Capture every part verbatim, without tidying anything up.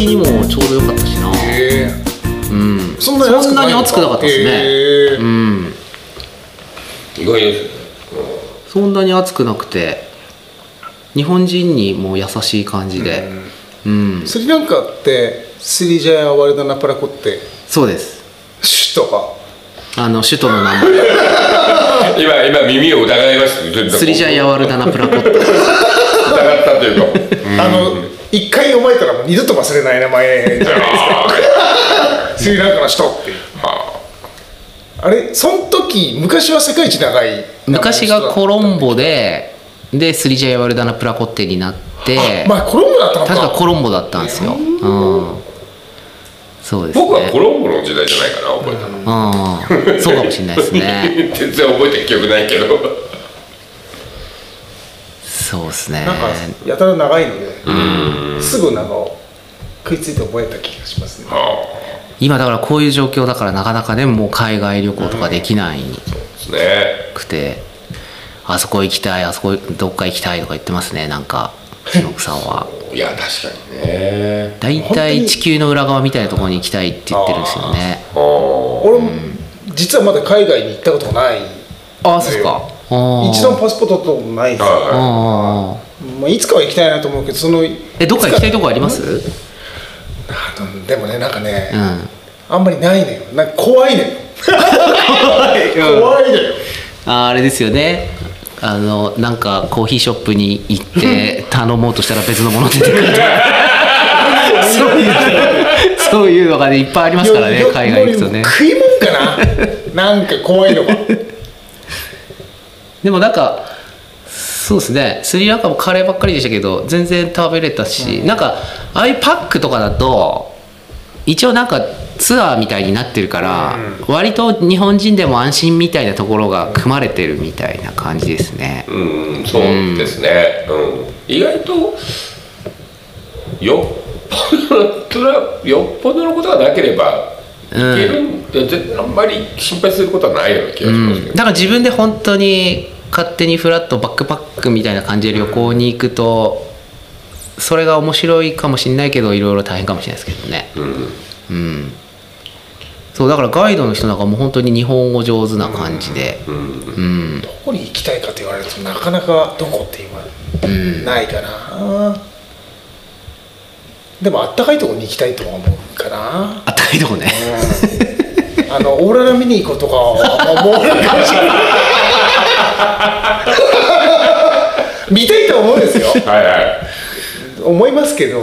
的にもちょうど良かったしな。 へうん、 そんなに暑くないのか。 そんなに暑くなかったですね。うん、 意外です。 そんなに暑くなくて日本人にも優しい感じで、うんうん、 スリランカってスリジャヤワルダナプラコってそうです。 首都かあの首都の名前今今耳を疑いました。 スリジャヤワルダナプラコって疑ったというか、 うん、あの一回覚えたらもう二度と忘れない名前じゃないですかスリランカの首都っていう、はあ、あれその時昔は世界一長い昔がコロンボででスリジャヤワルダナプラコッテになって、 まあコロンボだったのか。 確かコロンボだったんですよ、うん、そうですね。 僕はコロンボの時代じゃないかな覚えたの、 うん、そうかもしれないですね全然覚えてる記憶ないけどそうですね。 なんかやたら長いので、うん、すぐなんか食いついて覚えた気がしますね。 今だからこういう状況だからなかなかねもう海外旅行とかできないくて、あそこ行きたいあそこどっか行きたいとか言ってますね。なんか篠木さんはいや確かにね。 だいたい地球の裏側みたいなところに行きたいって言ってるんですよね。 俺も実はまだ海外に行ったことがない。 ああそうですか。 一度もパスポートともないですよ。あ、まあ、いつかは行きたいなと思うけどそのえどっか行きたいとこあります？ あのでもねなんかね、 うん、 あんまりないのよ。なんか怖いのよ怖い怖いのよ。 あ, あれですよね。あのなんかコーヒーショップに行って頼もうとしたら別のもの出てくるそういうそういうのがねいっぱいありますからね海外行くとね。 食い物かななんか怖いのがでもなんかそうですねスリランカもカレーばっかりでしたけど全然食べれたし、うん、なんかああいうパックとかだと一応なんかツアーみたいになってるから、うん、割と日本人でも安心みたいなところが組まれてるみたいな感じですね。 うん、そうですね、うんうん、意外とよっぽどよっぽどのことがなければいけるんで、うん、あんまり心配することはないような気がしますけど、うん、 だから自分で本当に勝手にフラットバックパックみたいな感じで旅行に行くと、うん、それが面白いかもしれないけどいろいろ大変かもしれないですけどね、うんうん、そうだからガイドの人なんかもう本当に日本語上手な感じで、うんうんうん、 どこに行きたいかって言われるとなかなかどこって言わないかな、うん、でもあったかいところに行きたいとは思うかな。 あったかいとこね、 うん、あのオーロラ見に行こうとかは思うかもしれない見たいと思うんですよはい、はい、思いますけど、うん、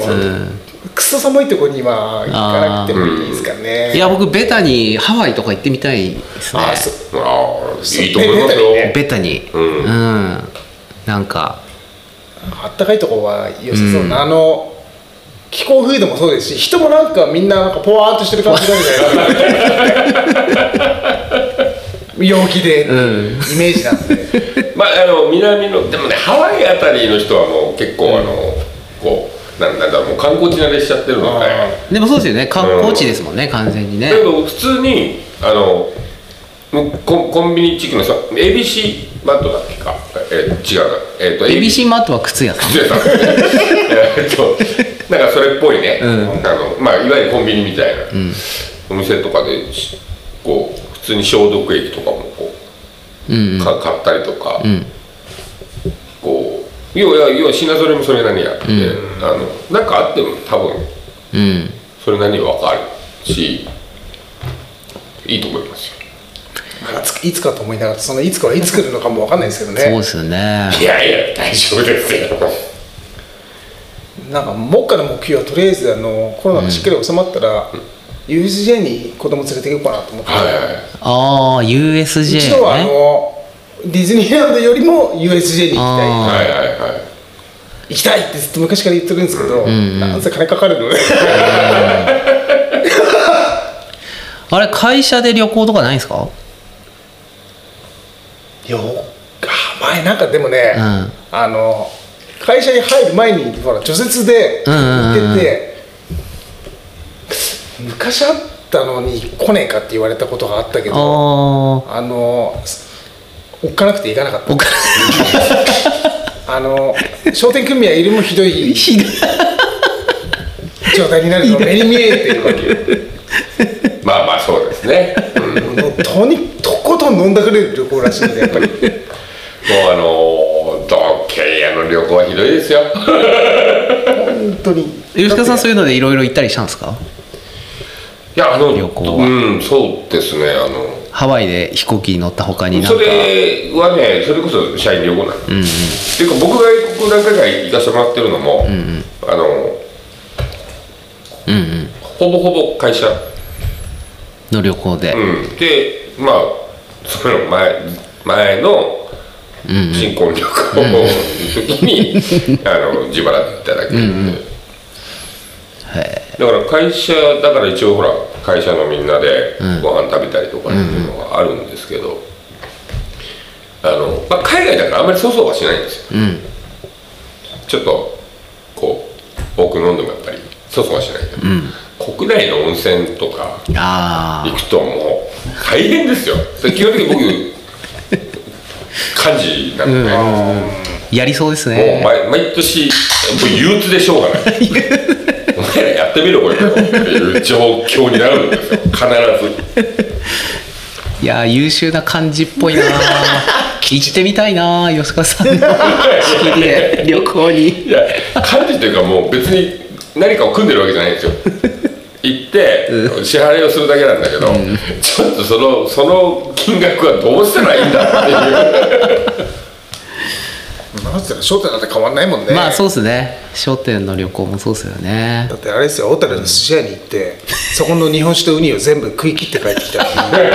クソ寒いところには行かなくてもいいですかね、 うん、いや僕ベタにハワイとか行ってみたいですね。 ああいいと思いますよベタに、うん、うん、なんかあったかいところは良さそうな、うん、あの気候風土もそうですし人もなんかみんななんかポワーっとしてる感じなんじゃないかな陽気で、うん、イメージなんでまああの南のでもねハワイあたりの人はもう結構あの、うん、こうなんだろうもう観光地慣れしちゃってるので、 でもそうですよね観光地ですもんね、うん、完全にね。 だけど普通にあのコ, コンビニ地区のさ エービーシー マットだっけか、えー、違う、えー、とエービーシー マットは靴屋さん靴屋さんえっとなんかそれっぽいね、うん、あのまあ、いわゆるコンビニみたいな、うん、お店とかでこう普通に消毒液とかもこう、うんうん、か買ったりとか、うん、こう要は要は品揃えもそれなりにあって、うん、あのなんかあっても多分、うん、それなりに分かるしいいと思いますよ。 いつかと思いながらそのいつかはいつ来るのかも分かんないですけどね。 そうですよね。 いやいや大丈夫ですよ。 なんか目下の目標はとりあえずあのコロナがしっかり収まったら、うん、ユーエスジェー に子供連れて行こうかなと思って、はいはい、 ああ ユーエスジェー ね。 一度はあのディズニーランドよりも ユーエスジェー に行きたい、 はいはいはい、 行きたいってずっと昔から言ってるんですけど、うんうん、なんせ金かかるのであれ会社で旅行とかないんですか？ よ前なんかでもね、うん、あの会社に入る前にほら除雪で行ってて、うんうんうん、昔あったのに来ねえかって言われたことがあったけど、あのおっかなくて行かなかったあの商店組合よりもひどいひどい状態になるのが目に見えてるわけよ。 まあまあそうですね、うん、 もうとにとことん飲んだくれる旅行らしいんでやっぱりもうあのドッケリアの旅行はひどいですよ本当に。 吉川さんそういうのでいろいろ行ったりしたんですか？ いやあの旅行はうんそうですね、あのハワイで飛行機に乗った他になんかそれはね、それこそ社員旅行なの、うんうん、っていうか僕がここ何回か行かせてもらってるのも、うんうん、あの、うんうん、ほぼほぼ会社の旅行で、 うん、でまあその前前の新婚旅行の時に、うんうん、あの自腹で行っただけで、うんうん、だから会社だから一応ほら会社のみんなでご飯食べたりとかっていうのがあるんですけど、あの、まあ、海外だからあんまり粗相はしないんですよ、うん、ちょっとこう多く飲んでもやっぱり粗相はしないけど、うん、国内の温泉とか行くともう大変ですよ。基本的に僕幹事なので、うん、 やりそうですね。 もう 毎, 毎年もう憂鬱でしょうがないお前らやってみろこれっていう状況になるんですよ必ず。 いや優秀な感じっぽいな行ってみたいな吉川さんの仕切りで旅行に。 いや感じというかもう別に何かを組んでるわけじゃないんですよ行って支払いをするだけなんだけど、うん、ちょっとそのその金額はどうしたらいいんだっていうなんていうの、商店なんて変わんないもんね。 まあそうですね、商店の旅行もそうですよね。 だってあれですよ、小樽の寿司屋に行って、うん、そこの日本酒とウニを全部食い切って帰ってきた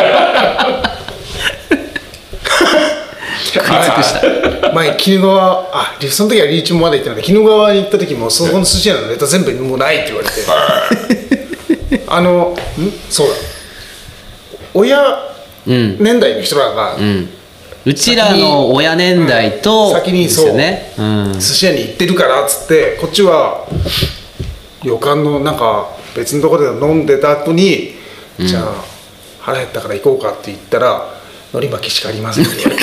食い尽くした前鬼怒川、あその時はリーチもまだ行ってないけど、鬼怒川に行った時もそこの寿司屋のネタ全部もうないって言われてあのんそうだ親年代の人らが、うんうんうちらの親年代と、 うん、先にそう、ねうん、寿司屋に行ってるからっつってこっちは旅館のなんか別のところで飲んでた後に、うん、じゃあ腹減ったから行こうかって言ったら海苔巻きしかありませんって言われて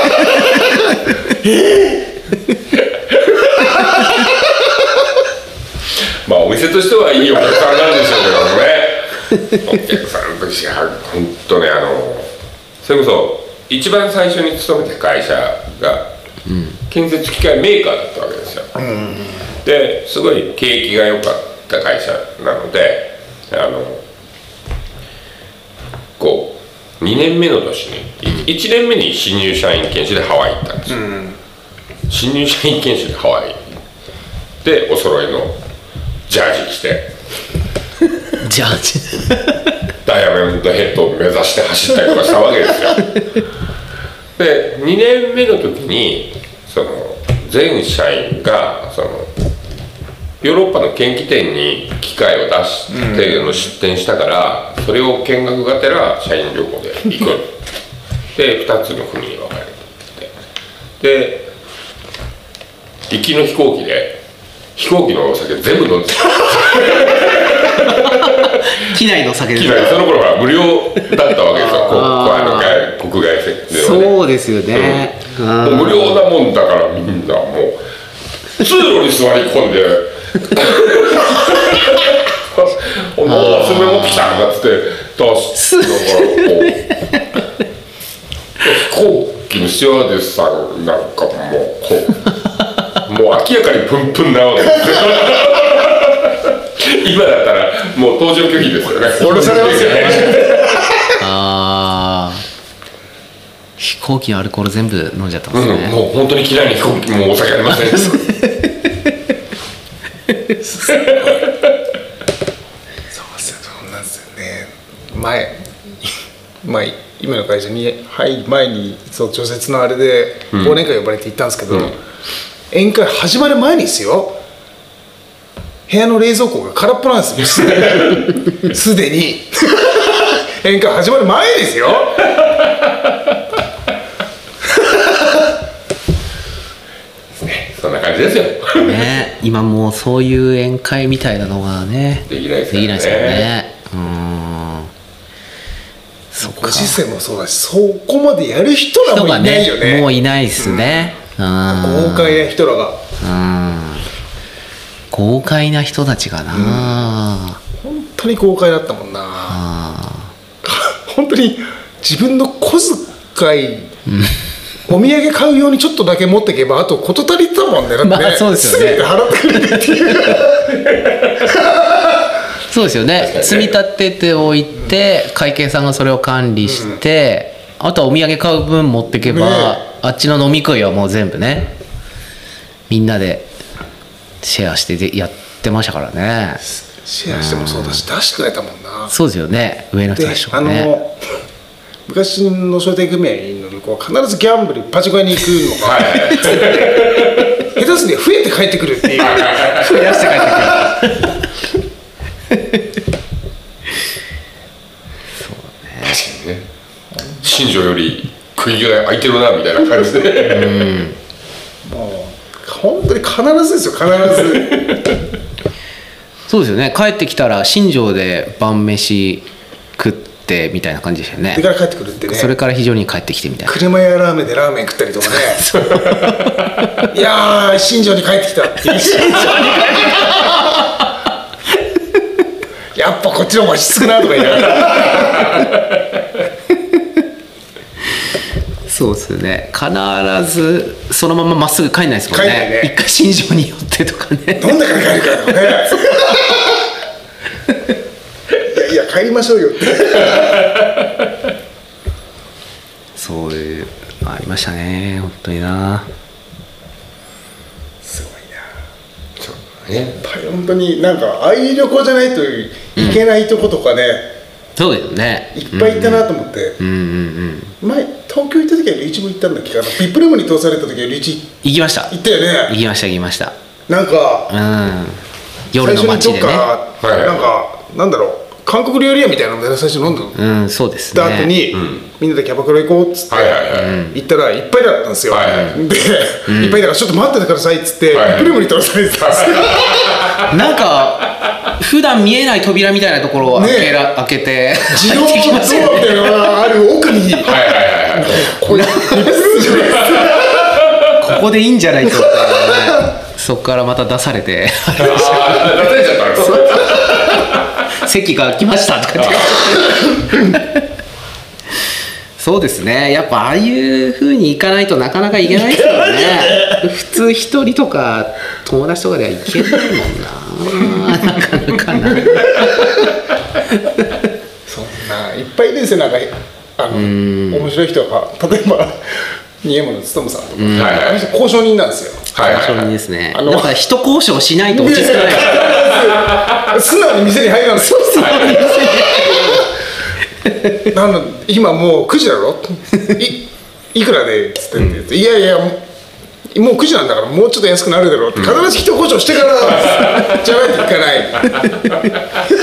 まあお店としてはいいお客さんなんでしょうけどねお客さんとしては本当ね、あのそれこそ一番最初に勤めた会社が建設機械メーカーだったわけですよ、うん、ですごい景気が良かった会社なので、あのこうにねんめの年にいちねんめに新入社員研修でハワイ行ったんですよ、うん、新入社員研修でハワイでお揃いのジャージ着てジャージダイヤモンドヘッドを目指して走ったりとかしたわけですよでにねんめの時にその全社員がそのヨーロッパの研究店に機械を出しての出店したから、それを見学がてら社員旅行で行くでふたつの国に分かれてで行きの飛行機で飛行機のお酒全部飲んでた機内の酒ですか？その頃は無料だったわけですよあの国外線ではね。 そうですよね、 うん、もう無料なもんだからみんなもう通路に座り込んでお前おすすめ持ってきたとかっつって出してだからこう飛行機のスチュワーデスさんなんかもうこうもう明らかにプンプンなわけですよ今だったらもう搭乗拒否ですよね。 降ろされますよねああ飛行機のアルコール全部飲んじゃったんですね、 うん、もう本当に嫌いに飛行機もうお酒ありませんそうですよ、そうなんですよね。前前今の会社に入る前にそう除雪のあれで忘年会呼ばれて行ったんですけど、うん、宴会始まる前にですよ、部屋の冷蔵庫が空っぽなんですよすでに宴会始まる前ですよそんな感じですよね、今もうそういう宴会みたいなのがねできないですよ ね, ですよね。うーんそっかご時世もそうだし、そこまでやる人らもいないよ ね, ねもういないですね、うん、 豪快な人らがうん豪快な人たちがな、 本当に豪快だったもんな。 あ本当に自分の小遣い、お土産買うようにちょっとだけ持っていけばあと事足りてたもんね。だってね、 まあそうですよね全て払ってくれるっていうそうですよね。積み立てておいて会計さんがそれを管理して、うん、あとはお土産買う分持ってけば、ね、あっちの飲み食いはもう全部ねみんなでシェアしてでやってましたからね。 シェアしてもそうだし、うん、出してくれたもんな。 そうですよね、上の人たちとかね。 あの昔の商店組合の旅行は必ずギャンブルパチンコ屋に行くのが下手すりゃ増えて帰ってくるっていう増やして帰ってくるそうね、確かにね、新庄より食いが空いてるなみたいな感じで、うん、 もう本当に必ずですよ、必ずそうですよね。帰ってきたら新庄で晩飯食ってみたいな感じでしたよね。 でから帰ってくるってね。 それから非常に帰ってきてみたいな。 車屋ラーメンでラーメン食ったりとかねいやー新庄に帰ってきたっていう新庄に帰ってきたやっぱこっちの方が落ち着くなとか言いながらそうですね。必ずそのまままっすぐ帰んないですもんね。 帰んないね。 一回新庄に寄ってとかね。 飲んだから帰るからとかねいやいや帰りましょうよってそういうのありましたね、本当にな。 すごいな。 そうね、 やっぱり本当になんかああいう旅行じゃないといけないとことかね、 うん、そうですね、 いっぱい行ったなと思って、 うんうんうんうん、 前東京行った時はリーチも行ったんだっけかな。ビップルームに通された時はリーチ行きました。 行ったよね。 行きました行きました。 なんか、 うん、夜の街でね、 最初にどっか、はい、なんかなんだろう、韓国料理屋みたいなので最初飲んだの、 うん、そうですね。 で後に、うん、みんなでキャバクラ行こうっつって、はいはいはい、行ったらいっぱいだったんですよ、はいはい、で、うん、いっぱいだからちょっと待っててくださいっつって、はいはい、ビップルームに通されてたんですよなんか普段見えない扉みたいなところを開けら、ね、開けて自動ドアみたいなのがある奥にはいはいはいはいこれここでいいんじゃないと思ったら、ね、そこからまた出されてああ出されちゃった席が来ましたとかってそうですね。やっぱああいう風に行かないとなかなか行けないですよね普通一人とか友達とかでは行けないもんななかなかなそんないっぱいですよ。なんかあの面白い人が例えば新山の勉さんとか、うんはいはい、交渉人なんですよ。 はいはいはい、交渉人ですね。だから人交渉しないと落ち着かない素直に店に入らない。そう素直に店になんだ今もうくじだろい, いくらでっつってって、うん、いやいやもうくじなんだからもうちょっと安くなるだろうって、うん、必ず人交渉してからじゃないといかない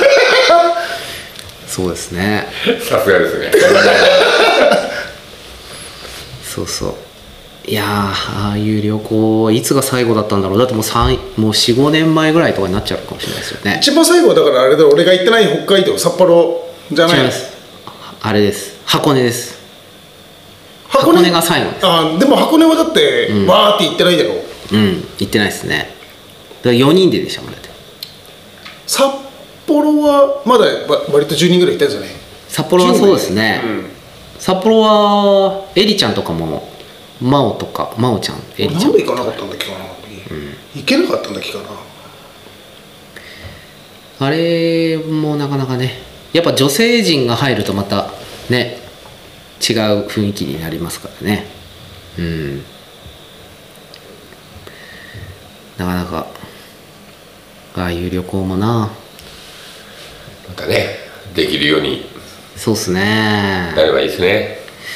そうですね。 さすがですねそうそう。いやー、ああいう旅行いつが最後だったんだろう。だってもうさんもう よん,ご 年前ぐらいとかになっちゃうかもしれないですよね。 一番最後だからあれだ、俺が行ってない北海道札幌じゃないです。 あれです、箱根です。 箱根, 箱根が最後です。 あでも箱根はだって、うん、わーって行ってないだろう。 うん行ってないですね。だからよにんででしたもん。だって札幌はまだ割とじゅうにんぐらいいたんじゃない。 札幌はそうですね、うん、札幌はエリちゃんとかも真央とか真央ちゃんエリちゃんなんで行かなかったんだっけかな、うん、行けなかったんだっけかな。 あれもなかなかね、やっぱ女性陣が入るとまたね違う雰囲気になりますからね。うんなかなかああいう旅行もなまたねできるようにそうっすねなればいいですね。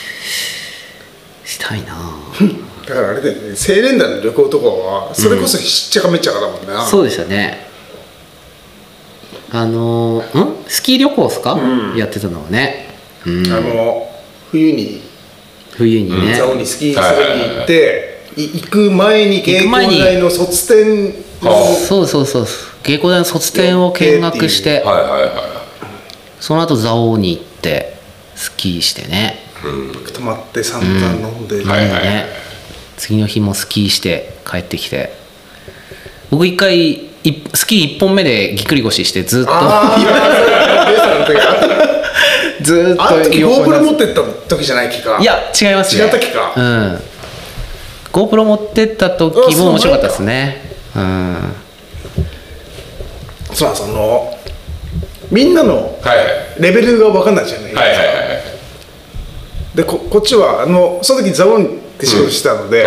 したいなだからあれだよね、青年団の旅行とかはそれこそしっちゃかめっちゃかだもんね、 うん、そうでしたね。あのんスキー旅行ですか、うん、やってたのはね、 うん、あの冬に冬にね蔵王にスキーするに行って、はい、行く前に芸工大の卒展のそうそうそう芸工大の卒展を見学して、 はいはいはい、 その後蔵王に行ってスキーしてね、 うん、泊まって散々飲んで、 うんはいはい、次の日もスキーして帰ってきて、僕一回いスキーいっぽんめでぎっくり腰してずっとああレーサーの時あずーっとあの時横に GoPro 持ってった時じゃない気か。 いや違いますね。 違ったっけか。 うん GoPro 持ってった時も面白かったですね。うんそうなんそのみんなのはいレベルが分かんないじゃない、 はいはいはいで こ, こっちはあのその時ザボンって仕事してたので、 はい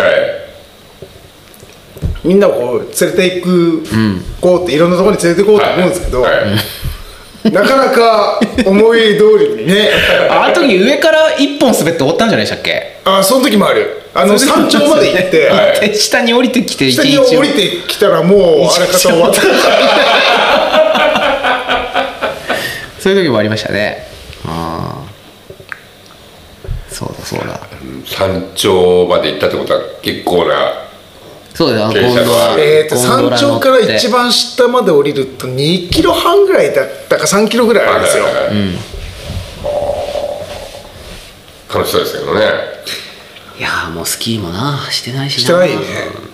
みんなをこう連れていく、 んこうっていろんなところに連れて行こうと思うんですけど、 はいはいなかなか思い通りにねあの時上から一本滑って終わったんじゃないでしたっけ。 あその時もあるあの山頂まで行って、 はいで下に降りてきて下に降りてきたらもうあれ方終わったそういう時もありましたね。ああそうだそうだ山頂まで行ったってことは結構なそうだよ。 傾斜のあるえーと山頂から一番下まで降りるとにキロはんぐらいだったかさんキロぐらいあるんですよ、 はいはいはい楽しそうですけどね。 いやーもうスキーもなしてないしな。 してないね、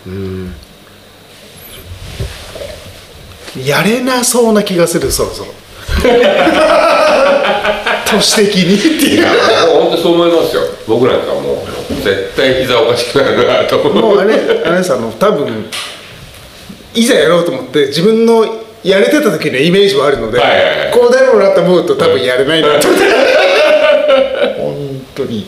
やれなそうな気がするそろそろ都市的にっていういやもう本当そう思いますよ。僕なんかもう絶対膝おかしくなるなと思う。 もうあれあれさあの多分いざやろうと思って自分のやれてた時のイメージはあるので、 はいはいはいこうだろうなと思うと多分やれないなと思って本当に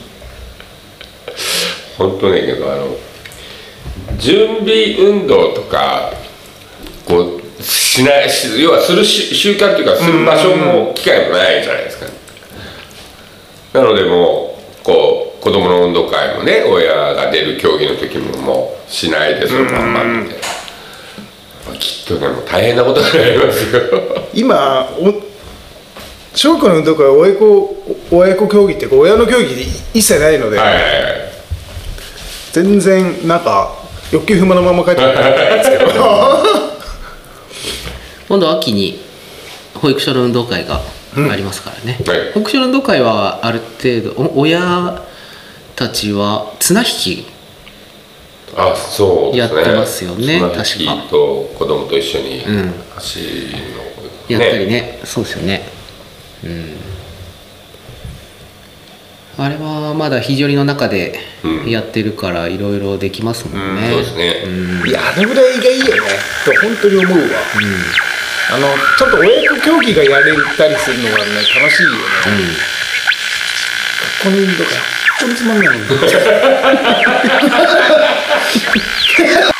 本当ねけどあの準備運動とかこうしないし要はするし習慣っていうかする場所も機会もないじゃないですか。なのでもうこう子供の運動会もね親が出る競技の時ももうしないでそのまんまみたいな。きっとねもう大変なことになりますよ。 今お小学校の運動会は親子親子競技っていうか親の競技一切ないので、 はいはいはい全然なんか欲求不満のまま帰ってくるんですけど今度秋に保育所の運動会がありますからね、 うんはい保育所の運動会はある程度お親たちは綱引きあそうですねやってますよね綱引きと子供と一緒にうん走るの、 やったりねそうですよねうんあれはまだ非常にの中でやってるからいろいろできますもんね、 そうですね、 いやあのぐらいがいいよねと本当に思うわ、あのちょっと親子競技がやれたりするのがね楽しいよね、学校の運動会本当につまんないもんね